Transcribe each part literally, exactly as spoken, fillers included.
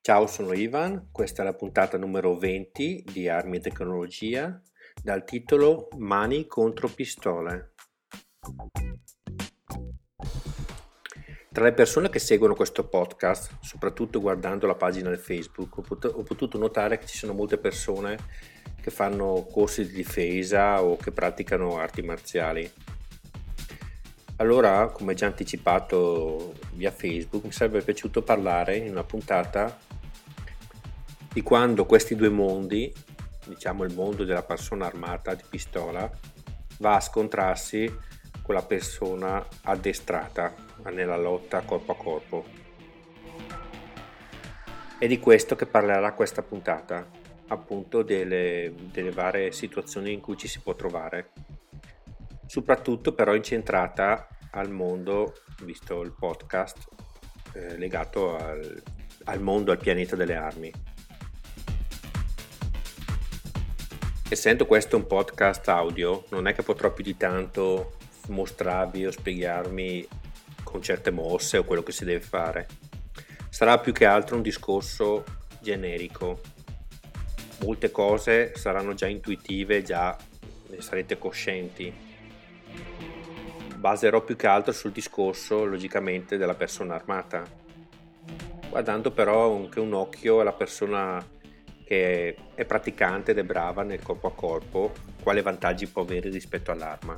Ciao, sono Ivan, questa è la puntata numero venti di Armi e Tecnologia dal titolo Mani contro pistole. Tra le persone che seguono questo podcast, soprattutto guardando la pagina del Facebook, ho, pot- ho potuto notare che ci sono molte persone che fanno corsi di difesa o che praticano arti marziali. Allora, come già anticipato via Facebook, mi sarebbe piaciuto parlare in una puntata di quando questi due mondi, diciamo il mondo della persona armata di pistola, va a scontrarsi con la persona addestrata nella lotta corpo a corpo. È di questo che parlerà questa puntata, appunto delle, delle varie situazioni in cui ci si può trovare, soprattutto però incentrata al mondo, visto il podcast, eh, legato al, al mondo, al pianeta delle armi. Essendo questo un podcast audio, non è che potrò più di tanto mostrarvi o spiegarmi con certe mosse o quello che si deve fare. Sarà più che altro un discorso generico. Molte cose saranno già intuitive, già ne sarete coscienti. Baserò più che altro sul discorso, logicamente, della persona armata, guardando però anche un occhio alla persona che è praticante ed è brava nel corpo a corpo, quali vantaggi può avere rispetto all'arma.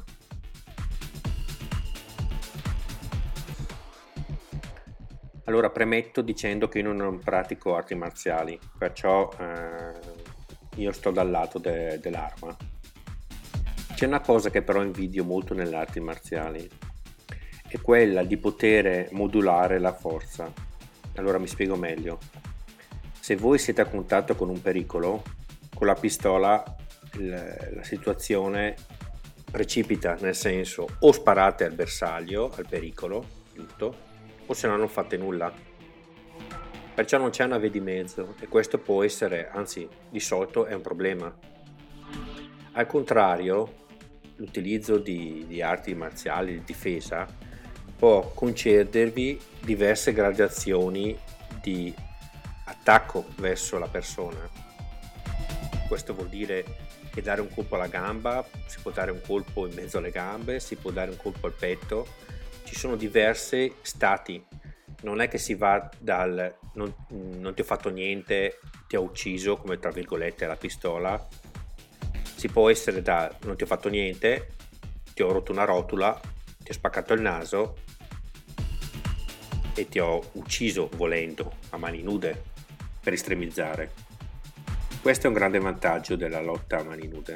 Allora, premetto dicendo che io non pratico arti marziali, perciò eh, io sto dal lato de- dell'arma. C'è una cosa che però invidio molto nelle arti marziali, è quella di poter modulare la forza. Allora mi spiego meglio. Se voi siete a contatto con un pericolo, con la pistola la situazione precipita, nel senso o sparate al bersaglio, al pericolo, giusto, o se no non fate nulla. Perciò non c'è una via di mezzo e questo può essere, anzi di solito è un problema. Al contrario, l'utilizzo di, di arti marziali, di difesa, può concedervi diverse gradazioni di attacco verso la persona. Questo vuol dire che dare un colpo alla gamba, si può dare un colpo in mezzo alle gambe, si può dare un colpo al petto, ci sono diversi stati, non è che si va dal non, non ti ho fatto niente, ti ho ucciso, come tra virgolette la pistola, si può essere da non ti ho fatto niente, ti ho rotto una rotula, ti ho spaccato il naso e ti ho ucciso volendo a mani nude, per estremizzare. Questo è un grande vantaggio della lotta a mani nude.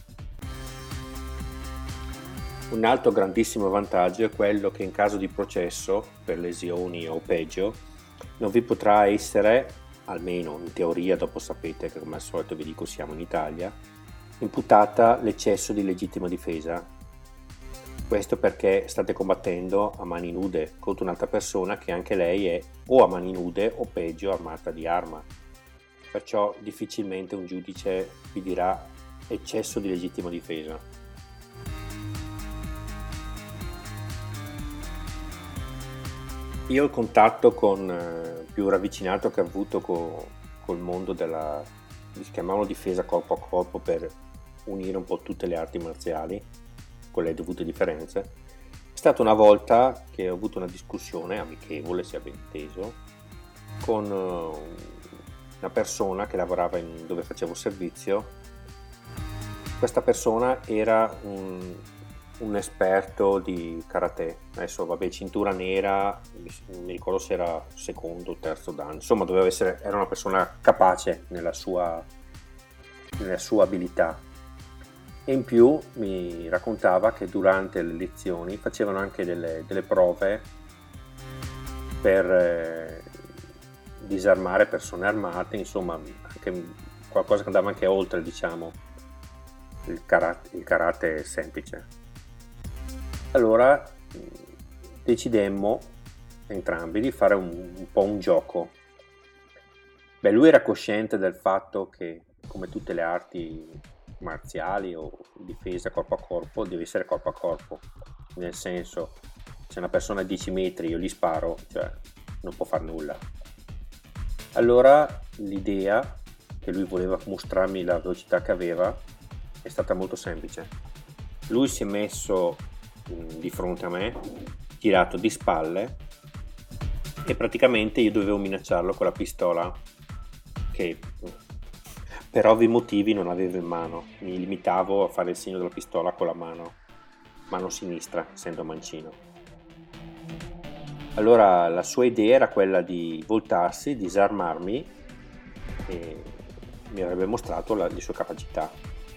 Un altro grandissimo vantaggio è quello che in caso di processo per lesioni o peggio non vi potrà essere, almeno in teoria, dopo sapete che come al solito vi dico siamo in Italia, imputata l'eccesso di legittima difesa. Questo perché state combattendo a mani nude contro un'altra persona che anche lei è o a mani nude o peggio armata di arma. Perciò difficilmente un giudice vi dirà eccesso di legittima difesa. Io il contatto con, eh, più ravvicinato che ho avuto con, col mondo della, chiamiamolo difesa corpo a corpo per unire un po' tutte le arti marziali, con le dovute differenze, è stata una volta che ho avuto una discussione amichevole, sia ben inteso, con una persona che lavorava in, dove facevo servizio. Questa persona era un, un esperto di karate, adesso vabbè, cintura nera, mi ricordo se era secondo o terzo dan, insomma doveva essere, era una persona capace nella sua, nella sua abilità. E in più mi raccontava che durante le lezioni facevano anche delle, delle prove per eh, disarmare persone armate, insomma anche qualcosa che andava anche oltre, diciamo, il karate, il karate semplice. Allora decidemmo entrambi di fare un, un po' un gioco. Beh, lui era cosciente del fatto che, come tutte le arti marziali o difesa corpo a corpo, deve essere corpo a corpo, nel senso, se una persona a dieci metri io gli sparo, cioè non può far nulla. Allora l'idea che lui voleva mostrarmi la velocità che aveva è stata molto semplice. Lui si è messo mh, di fronte a me, tirato di spalle, e praticamente io dovevo minacciarlo con la pistola che per ovvi motivi non avevo in mano. Mi limitavo a fare il segno della pistola con la mano, mano sinistra, essendo mancino. Allora la sua idea era quella di voltarsi, disarmarmi, e mi avrebbe mostrato la, le sue capacità.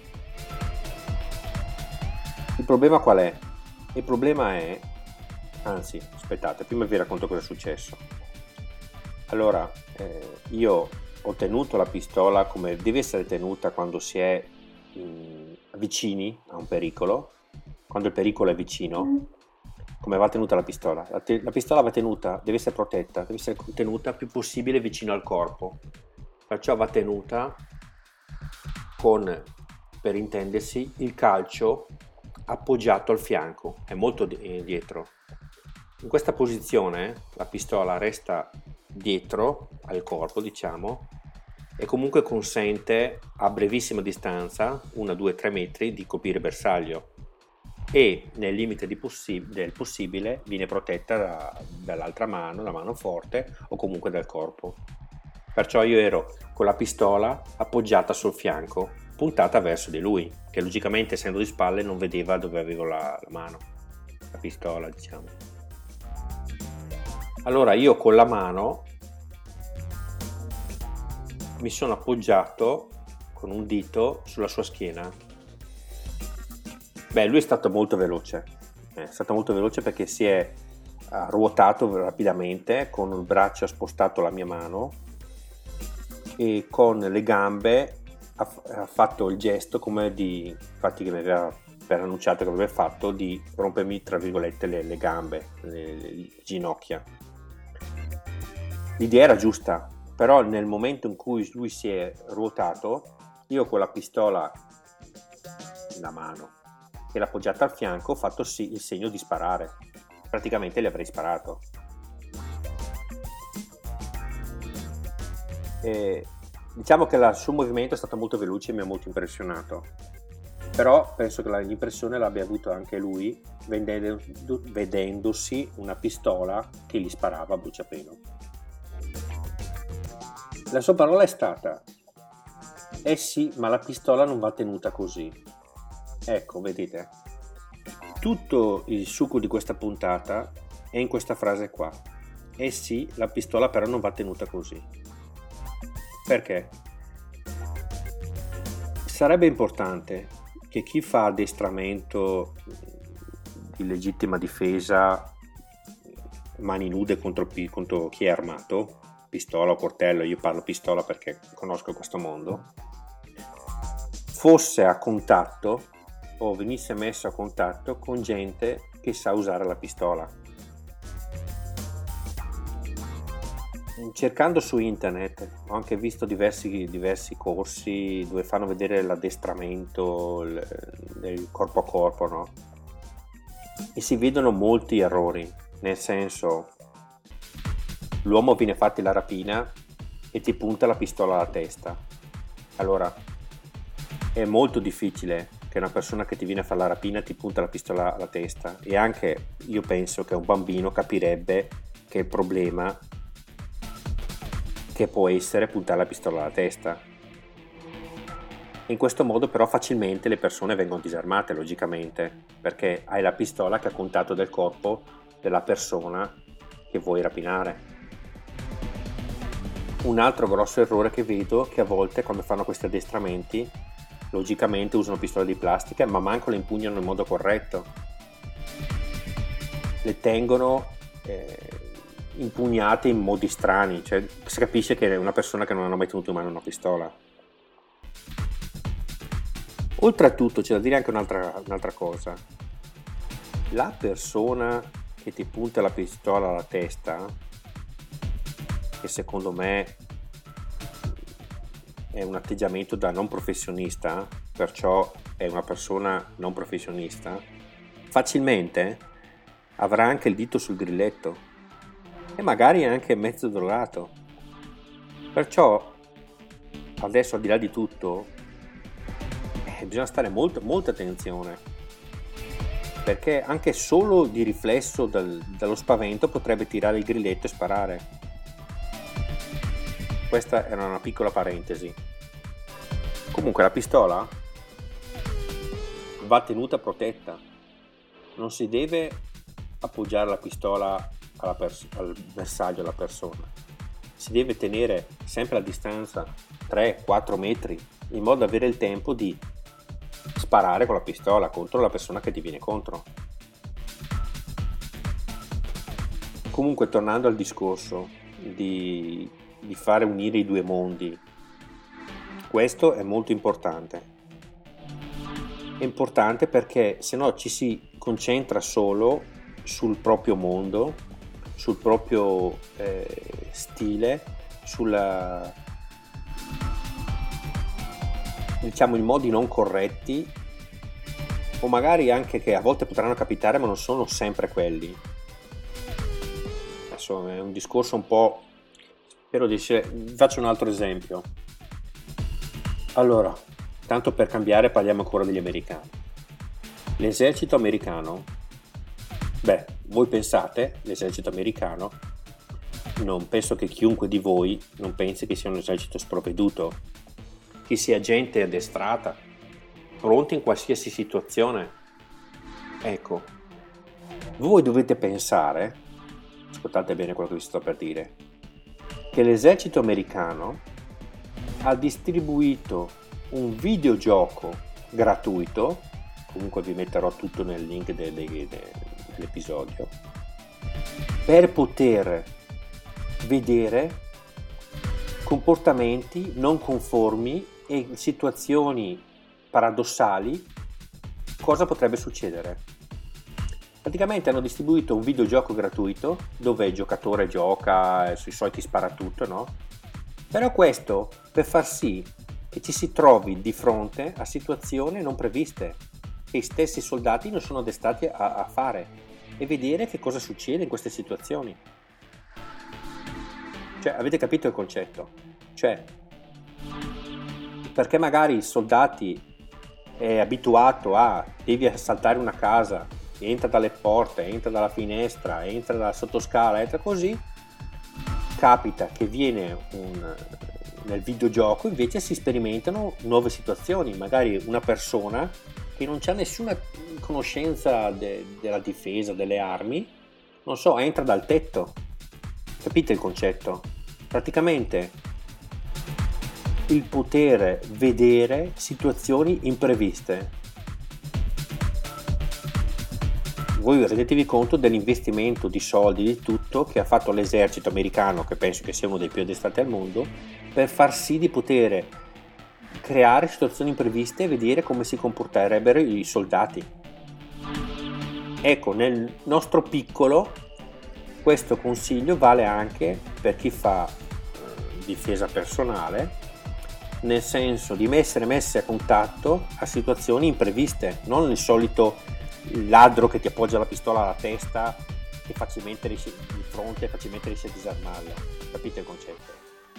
Il problema qual è? Il problema è, anzi, aspettate, prima vi racconto cosa è successo. Allora, eh, io ho tenuto la pistola come deve essere tenuta quando si è in, vicini a un pericolo, quando il pericolo è vicino. Come va tenuta la pistola? La, te- la pistola va tenuta, deve essere protetta, deve essere tenuta più possibile vicino al corpo. Perciò va tenuta con, per intendersi, il calcio appoggiato al fianco, è molto di- dietro. In questa posizione la pistola resta dietro al corpo, diciamo, e comunque consente a brevissima distanza, uno, due, tre metri, di colpire il bersaglio. E nel limite di possi- del possibile viene protetta da, dall'altra mano, la mano forte o comunque dal corpo. Perciò io ero con la pistola appoggiata sul fianco, puntata verso di lui, che logicamente essendo di spalle non vedeva dove avevo la, la mano, la pistola, diciamo. Allora io con la mano mi sono appoggiato con un dito sulla sua schiena. Beh, lui è stato molto veloce, è stato molto veloce perché si è uh, ruotato rapidamente, con il braccio ha spostato la mia mano e con le gambe ha, ha fatto il gesto come di, infatti che mi aveva per annunciato che avrebbe fatto, di rompermi tra virgolette le, le gambe, le, le ginocchia. L'idea era giusta, però nel momento in cui lui si è ruotato, io con la pistola in la mano e l'appoggiata al fianco ho fatto sì il segno di sparare, praticamente le avrei sparato. E diciamo che il suo movimento è stato molto veloce e mi ha molto impressionato, però penso che l'impressione l'abbia avuto anche lui vedendo, vedendosi una pistola che gli sparava a bruciapelo. La sua parola è stata: eh sì, ma la pistola non va tenuta così. Ecco, vedete, tutto il succo di questa puntata è in questa frase qua. Eh sì, la pistola però non va tenuta così. Perché? Sarebbe importante che chi fa addestramento di legittima difesa, mani nude contro, contro chi è armato, pistola o coltello, io parlo pistola perché conosco questo mondo, fosse a contatto o venisse messo a contatto con gente che sa usare la pistola. Cercando su internet ho anche visto diversi, diversi corsi dove fanno vedere l'addestramento del corpo a corpo, no? E si vedono molti errori, nel senso, l'uomo viene fatta la rapina e ti punta la pistola alla testa. Allora è molto difficile che una persona che ti viene a fare la rapina ti punta la pistola alla testa, e anche io penso che un bambino capirebbe che il problema che può essere puntare la pistola alla testa. In questo modo però facilmente le persone vengono disarmate, logicamente, perché hai la pistola che ha contatto del corpo della persona che vuoi rapinare. Un altro grosso errore che vedo è che a volte quando fanno questi addestramenti logicamente usano pistole di plastica, ma manco le impugnano in modo corretto, le tengono eh, impugnate in modi strani, cioè si capisce che è una persona che non ha mai tenuto in mano una pistola. Oltretutto c'è da dire anche un'altra, un'altra cosa: la persona che ti punta la pistola alla testa, che secondo me è un atteggiamento da non professionista, perciò è una persona non professionista, facilmente avrà anche il dito sul grilletto e magari anche mezzo drogato. Perciò adesso, al di là di tutto, eh, bisogna stare molto, molta attenzione, perché anche solo di riflesso dal- dallo spavento potrebbe tirare il grilletto e sparare. Questa era una piccola parentesi. Comunque la pistola va tenuta protetta, non si deve appoggiare la pistola alla pers- al bersaglio, alla persona, si deve tenere sempre a distanza tre quattro metri, in modo da avere il tempo di sparare con la pistola contro la persona che ti viene contro. Comunque, tornando al discorso di, di fare unire i due mondi, questo è molto importante. È importante perché se no ci si concentra solo sul proprio mondo, sul proprio eh, stile, sulla, diciamo, in modi non corretti, o magari anche che a volte potranno capitare ma non sono sempre quelli. Adesso è un discorso un po', spero di essere, faccio un altro esempio. Allora, tanto per cambiare, parliamo ancora degli americani. L'esercito americano, beh, voi pensate, l'esercito americano, non penso che chiunque di voi non pensi che sia un esercito sprovveduto, che sia gente addestrata, pronti in qualsiasi situazione. Ecco, voi dovete pensare, ascoltate bene quello che vi sto per dire, che l'esercito americano ha distribuito un videogioco gratuito, comunque vi metterò tutto nel link de- de- de- dell'episodio, per poter vedere comportamenti non conformi e situazioni paradossali, cosa potrebbe succedere. Praticamente hanno distribuito un videogioco gratuito dove il giocatore gioca sui soliti sparatutto, no? Però questo per far sì che ci si trovi di fronte a situazioni non previste, che i stessi soldati non sono addestrati a, a fare, e vedere che cosa succede in queste situazioni. Cioè, avete capito il concetto? Cioè, perché magari i soldati è abituato a devi assaltare una casa, entra dalle porte, entra dalla finestra, entra dalla sottoscala, entra così, capita che viene un, nel videogioco invece si sperimentano nuove situazioni, magari una persona che non ha nessuna conoscenza de, della difesa, delle armi, non so, entra dal tetto. Capite il concetto? Praticamente il poter vedere situazioni impreviste. Voi rendetevi conto dell'investimento di soldi, di tutto che ha fatto l'esercito americano, che penso che sia uno dei più addestrati al mondo, per far sì di poter creare situazioni impreviste e vedere come si comporterebbero i soldati. Ecco, nel nostro piccolo questo consiglio vale anche per chi fa eh, difesa personale, nel senso di essere messi a contatto a situazioni impreviste, non il solito ladro che ti appoggia la pistola alla testa e facilmente riesci di fronte e facilmente riesci a disarmarlo. Capite il concetto?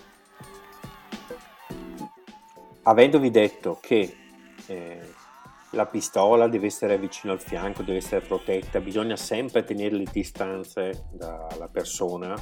Avendovi detto che eh, la pistola deve essere vicino al fianco, deve essere protetta, bisogna sempre tenere le distanze dalla persona.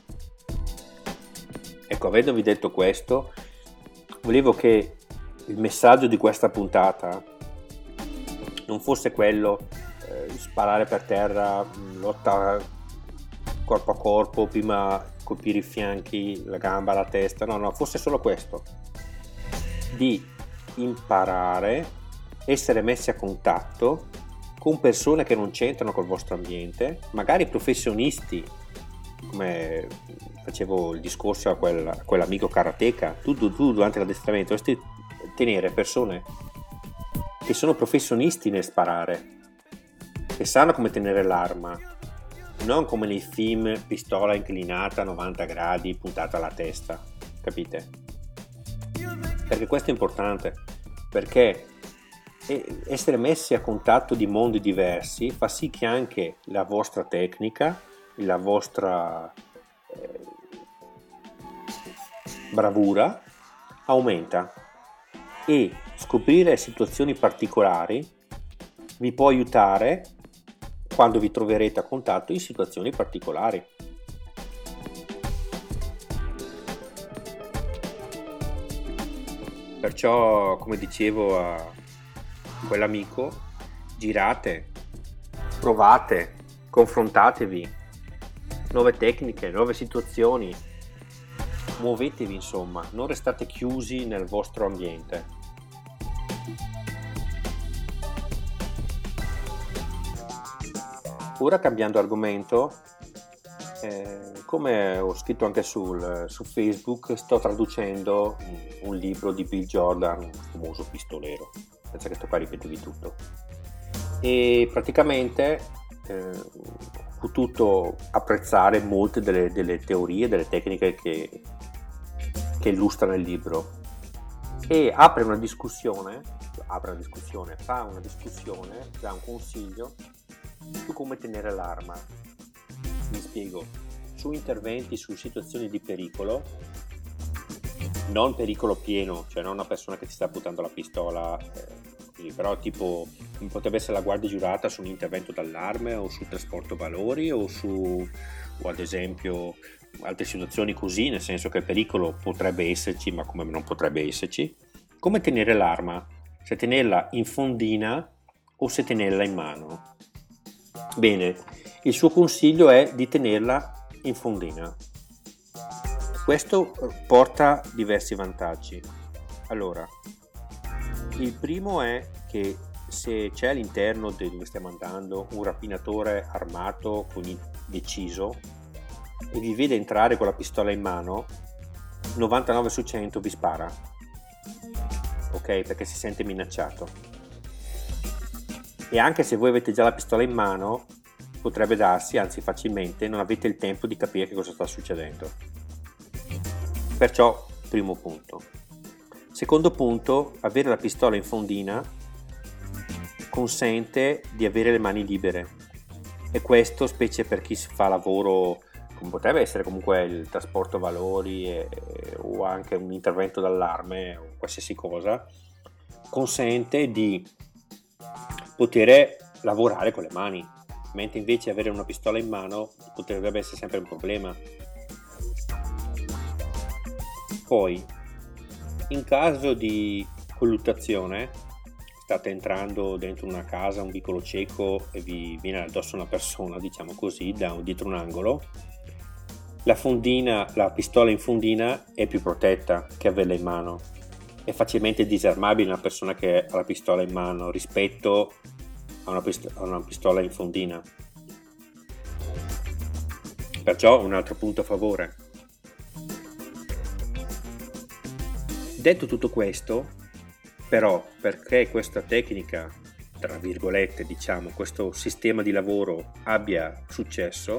Ecco, avendovi detto questo, volevo che il messaggio di questa puntata non fosse quello eh, sparare per terra, lotta corpo a corpo, prima colpire i fianchi, la gamba, la testa, no, no, fosse solo questo, di imparare, essere messi a contatto con persone che non c'entrano col vostro ambiente, magari professionisti, come facevo il discorso a, quel, a quell'amico karateka, tu, tu, tu durante l'addestramento dovresti tenere persone che sono professionisti nel sparare, che sanno come tenere l'arma, non come nei film pistola inclinata a novanta gradi puntata alla testa, capite? Perché questo è importante, perché essere messi a contatto di mondi diversi fa sì che anche la vostra tecnica, la vostra eh, bravura aumenta, e scoprire situazioni particolari vi può aiutare quando vi troverete a contatto in situazioni particolari. Perciò, come dicevo a quell'amico, girate, provate, confrontatevi, nuove tecniche, nuove situazioni, muovetevi, insomma, non restate chiusi nel vostro ambiente. Ora, cambiando argomento, eh, come ho scritto anche sul, su Facebook, sto traducendo un, un libro di Bill Jordan, un famoso pistolero, senza che sto qua a ripetervi tutto, e praticamente eh, ho potuto apprezzare molte delle, delle teorie, delle tecniche che, che illustra nel libro, e apre una discussione, apre una discussione, fa una discussione, dà un consiglio su come tenere l'arma. Mi spiego: su interventi, su situazioni di pericolo, non pericolo pieno, cioè non una persona che ti sta buttando la pistola, eh, così, però tipo potrebbe essere la guardia giurata su un intervento d'allarme, o sul trasporto valori, o su, o ad esempio altre situazioni così, nel senso che il pericolo potrebbe esserci, ma come non potrebbe esserci. Come tenere l'arma? Se tenerla in fondina o se tenerla in mano? Bene, il suo consiglio è di tenerla in fondina. Questo porta diversi vantaggi. Allora, il primo è che se c'è all'interno di dove stiamo andando un rapinatore armato, quindi deciso, e vi vede entrare con la pistola in mano, novantanove su cento vi spara, ok? Perché si sente minacciato. E anche se voi avete già la pistola in mano, potrebbe darsi, anzi facilmente, non avete il tempo di capire che cosa sta succedendo. Perciò, primo punto. Secondo punto, avere la pistola in fondina consente di avere le mani libere, e questo specie per chi fa lavoro, come potrebbe essere comunque il trasporto valori e, o anche un intervento d'allarme o qualsiasi cosa, consente di poter lavorare con le mani, mentre invece avere una pistola in mano potrebbe essere sempre un problema. Poi, in caso di colluttazione, state entrando dentro una casa, un vicolo cieco, e vi viene addosso una persona, diciamo così, da dietro un angolo, la fondina, la pistola in fondina è più protetta che averla in mano. È facilmente disarmabile una persona che ha la pistola in mano rispetto a una, pist- a una pistola in fondina. Perciò un altro punto a favore. Detto tutto questo, però, perché questa tecnica, tra virgolette, diciamo, questo sistema di lavoro abbia successo,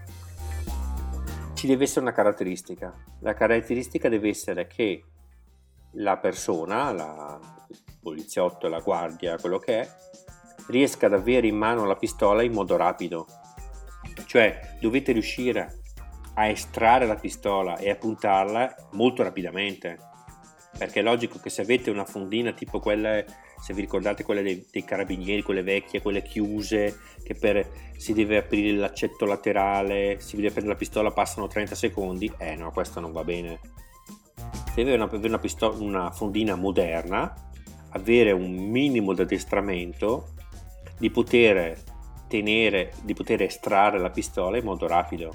ci deve essere una caratteristica. La caratteristica deve essere che la persona, la, il poliziotto, la guardia, quello che è, riesca ad avere in mano la pistola in modo rapido. Cioè, dovete riuscire a estrarre la pistola e a puntarla molto rapidamente, perché è logico che se avete una fondina tipo quelle, se vi ricordate quelle dei, dei carabinieri, quelle vecchie, quelle chiuse, che per si deve aprire l'accetto laterale, si deve prendere la pistola, passano trenta secondi, eh no, questo non va bene. Deve avere una, una, pistola, una fondina moderna, avere un minimo di addestramento, di poter tenere, di poter estrarre la pistola in modo rapido.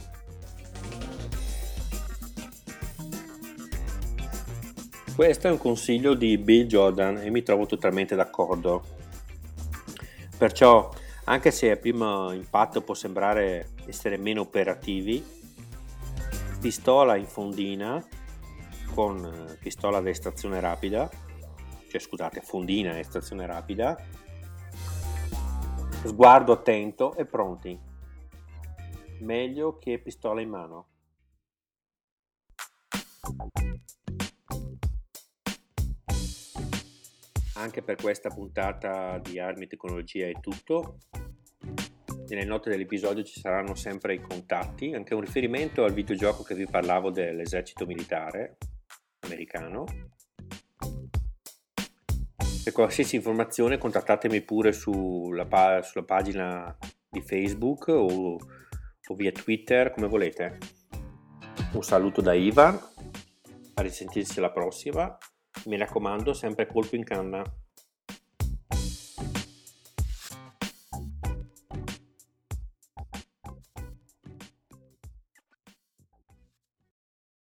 Questo è un consiglio di Bill Jordan e mi trovo totalmente d'accordo. Perciò, anche se a primo impatto può sembrare essere meno operativi, pistola in fondina con pistola ad estrazione rapida, cioè scusate, fondina a estrazione rapida, sguardo attento e pronti. Meglio che pistola in mano. Anche per questa puntata di Armi e Tecnologia è tutto. Nelle note dell'episodio ci saranno sempre i contatti, anche un riferimento al videogioco che vi parlavo dell'esercito militare. americano. Per qualsiasi informazione contattatemi pure sulla, pa- sulla pagina di Facebook o, o via Twitter, come volete. Un saluto da Ivan, a risentirsi alla prossima. Mi raccomando, sempre colpo in canna.